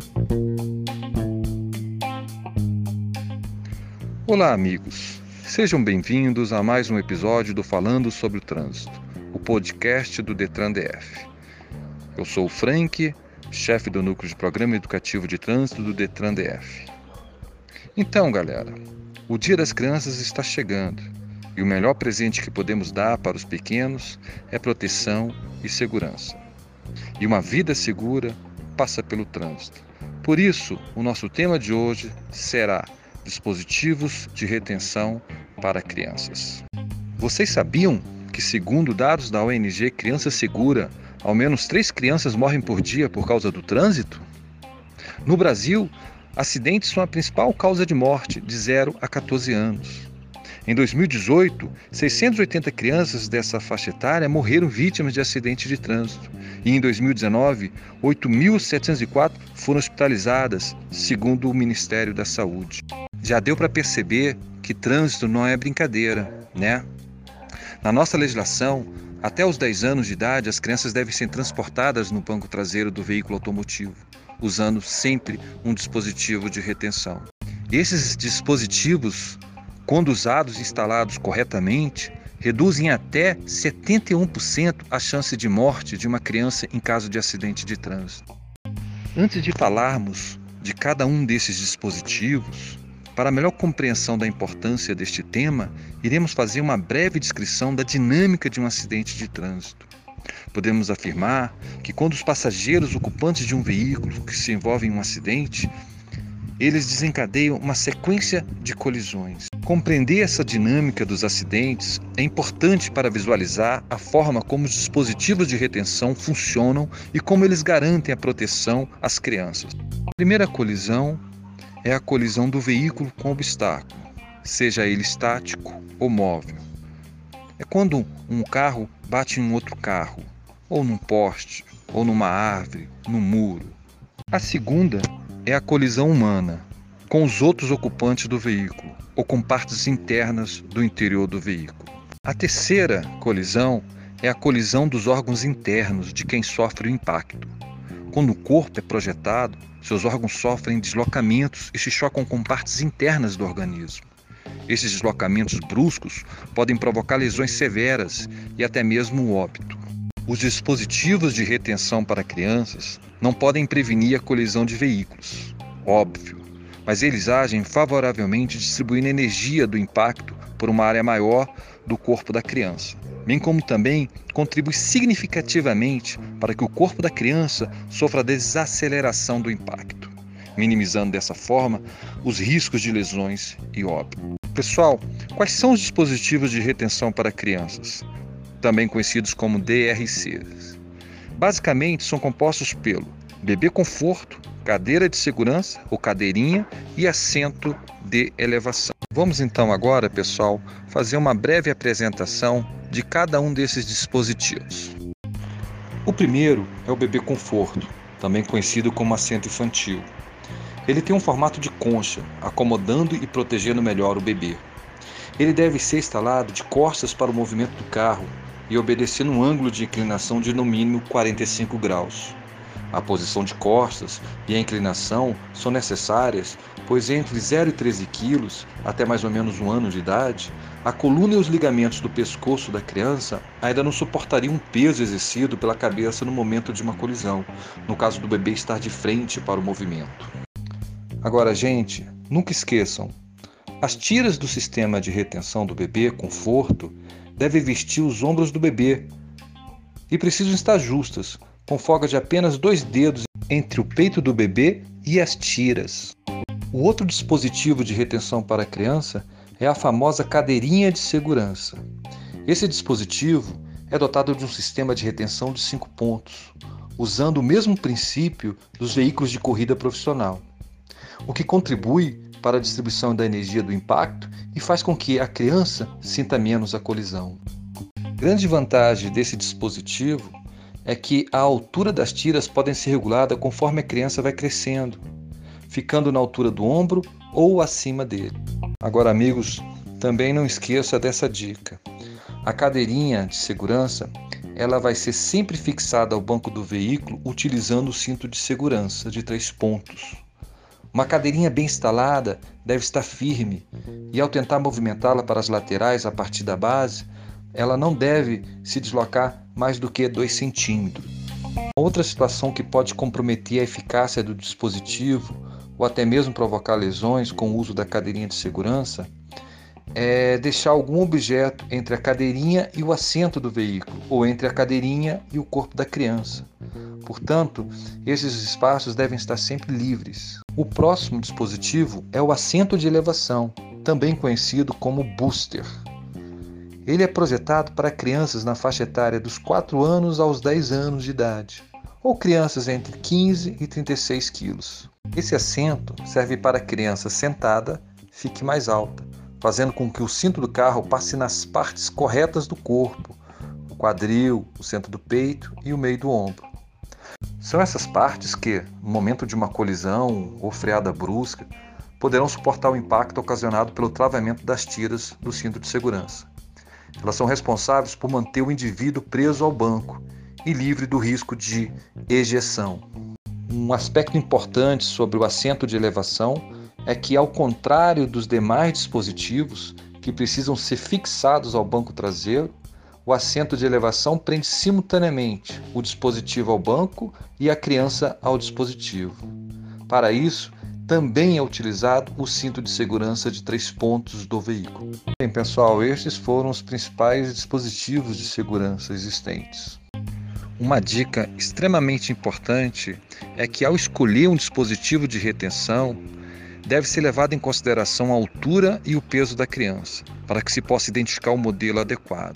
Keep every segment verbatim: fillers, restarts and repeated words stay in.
Olá, amigos. Sejam bem-vindos a mais um episódio do Falando sobre o Trânsito, o podcast do Detran D F. Eu sou o Frank, chefe do Núcleo de Programa Educativo de Trânsito do Detran D F. Então, galera, o Dia das Crianças está chegando e o melhor presente que podemos dar para os pequenos é proteção e segurança. E uma vida segura passa pelo trânsito. Por isso, o nosso tema de hoje será dispositivos de retenção para crianças. Vocês sabiam que, segundo dados da O N G Criança Segura, ao menos três crianças morrem por dia por causa do trânsito? No Brasil, acidentes são a principal causa de morte de zero a catorze anos. Em dois mil e dezoito, seiscentas e oitenta crianças dessa faixa etária morreram vítimas de acidentes de trânsito. E em dois mil e dezenove, oito mil setecentas e quatro foram hospitalizadas, segundo o Ministério da Saúde. Já deu para perceber que trânsito não é brincadeira, né? Na nossa legislação, até os dez anos de idade, as crianças devem ser transportadas no banco traseiro do veículo automotivo, usando sempre um dispositivo de retenção. Esses dispositivos, quando usados e instalados corretamente, reduzem até setenta e um por cento a chance de morte de uma criança em caso de acidente de trânsito. Antes de falarmos de cada um desses dispositivos, para a melhor compreensão da importância deste tema, iremos fazer uma breve descrição da dinâmica de um acidente de trânsito. Podemos afirmar que quando os passageiros ocupantes de um veículo que se envolvem em um acidente, eles desencadeiam uma sequência de colisões. Compreender essa dinâmica dos acidentes é importante para visualizar a forma como os dispositivos de retenção funcionam e como eles garantem a proteção às crianças. A primeira colisão é a colisão do veículo com obstáculo, seja ele estático ou móvel. É quando um carro bate em outro carro, ou num poste, ou numa árvore, num muro. A segunda é a colisão humana, com os outros ocupantes do veículo, ou com partes internas do interior do veículo. A terceira colisão é a colisão dos órgãos internos de quem sofre o impacto. Quando o corpo é projetado, seus órgãos sofrem deslocamentos e se chocam com partes internas do organismo. Esses deslocamentos bruscos podem provocar lesões severas e até mesmo o óbito. Os dispositivos de retenção para crianças não podem prevenir a colisão de veículos, óbvio, mas eles agem favoravelmente distribuindo energia do impacto por uma área maior do corpo da criança, bem como também contribui significativamente para que o corpo da criança sofra a desaceleração do impacto, minimizando dessa forma os riscos de lesões e óbito. Pessoal, quais são os dispositivos de retenção para crianças, também conhecidos como D R Cs? Basicamente são compostos pelo bebê conforto, cadeira de segurança ou cadeirinha e assento de elevação. Vamos então agora, pessoal, fazer uma breve apresentação de cada um desses dispositivos. O primeiro é o bebê conforto, também conhecido como assento infantil. Ele tem um formato de concha, acomodando e protegendo melhor o bebê. Ele deve ser instalado de costas para o movimento do carro e obedecer um ângulo de inclinação de no mínimo quarenta e cinco graus. A posição de costas e a inclinação são necessárias, pois entre zero e treze quilos, até mais ou menos um ano de idade, a coluna e os ligamentos do pescoço da criança ainda não suportariam o peso exercido pela cabeça no momento de uma colisão, no caso do bebê estar de frente para o movimento. Agora, gente, nunca esqueçam, as tiras do sistema de retenção do bebê conforto devem vestir os ombros do bebê e precisam estar justas, com folga de apenas dois dedos entre o peito do bebê e as tiras. O outro dispositivo de retenção para a criança é a famosa cadeirinha de segurança. Esse dispositivo é dotado de um sistema de retenção de cinco pontos, usando o mesmo princípio dos veículos de corrida profissional, o que contribui para a distribuição da energia do impacto e faz com que a criança sinta menos a colisão. Grande vantagem desse dispositivo é que a altura das tiras podem ser regulada conforme a criança vai crescendo, ficando na altura do ombro ou acima dele. Agora, amigos, também não esqueça dessa dica. A cadeirinha de segurança ela vai ser sempre fixada ao banco do veículo utilizando o cinto de segurança de três pontos. Uma cadeirinha bem instalada deve estar firme e, ao tentar movimentá-la para as laterais a partir da base, ela não deve se deslocar mais do que dois centímetros. Outra situação que pode comprometer a eficácia do dispositivo ou até mesmo provocar lesões com o uso da cadeirinha de segurança é deixar algum objeto entre a cadeirinha e o assento do veículo ou entre a cadeirinha e o corpo da criança. Portanto, esses espaços devem estar sempre livres. O próximo dispositivo é o assento de elevação, também conhecido como booster. Ele é projetado para crianças na faixa etária dos quatro anos aos dez anos de idade, ou crianças entre quinze e trinta e seis quilos. Esse assento serve para a criança sentada fique mais alta, fazendo com que o cinto do carro passe nas partes corretas do corpo, o quadril, o centro do peito e o meio do ombro. São essas partes que, no momento de uma colisão ou freada brusca, poderão suportar o impacto ocasionado pelo travamento das tiras do cinto de segurança. Elas são responsáveis por manter o indivíduo preso ao banco e livre do risco de ejeção. Um aspecto importante sobre o assento de elevação é que, ao contrário dos demais dispositivos que precisam ser fixados ao banco traseiro, o assento de elevação prende simultaneamente o dispositivo ao banco e a criança ao dispositivo. Para isso, também é utilizado o cinto de segurança de três pontos do veículo. Bem, pessoal, estes foram os principais dispositivos de segurança existentes. Uma dica extremamente importante é que, ao escolher um dispositivo de retenção, deve ser levado em consideração a altura e o peso da criança, para que se possa identificar o modelo adequado.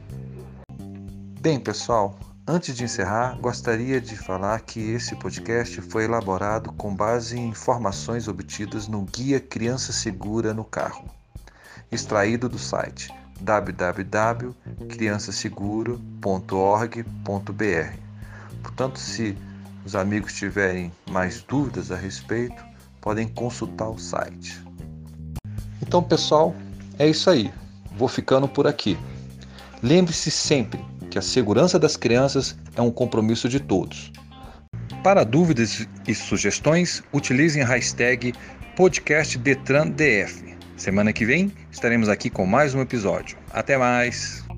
Bem, pessoal, antes de encerrar, gostaria de falar que esse podcast foi elaborado com base em informações obtidas no Guia Criança Segura no Carro, extraído do site w w w ponto criança seguro ponto org ponto b r. Portanto, se os amigos tiverem mais dúvidas a respeito, podem consultar o site. Então, pessoal, é isso aí. Vou ficando por aqui. Lembre-se sempre que a segurança das crianças é um compromisso de todos. Para dúvidas e sugestões, utilizem a hashtag podcast Detran D F. Semana que vem estaremos aqui com mais um episódio. Até mais!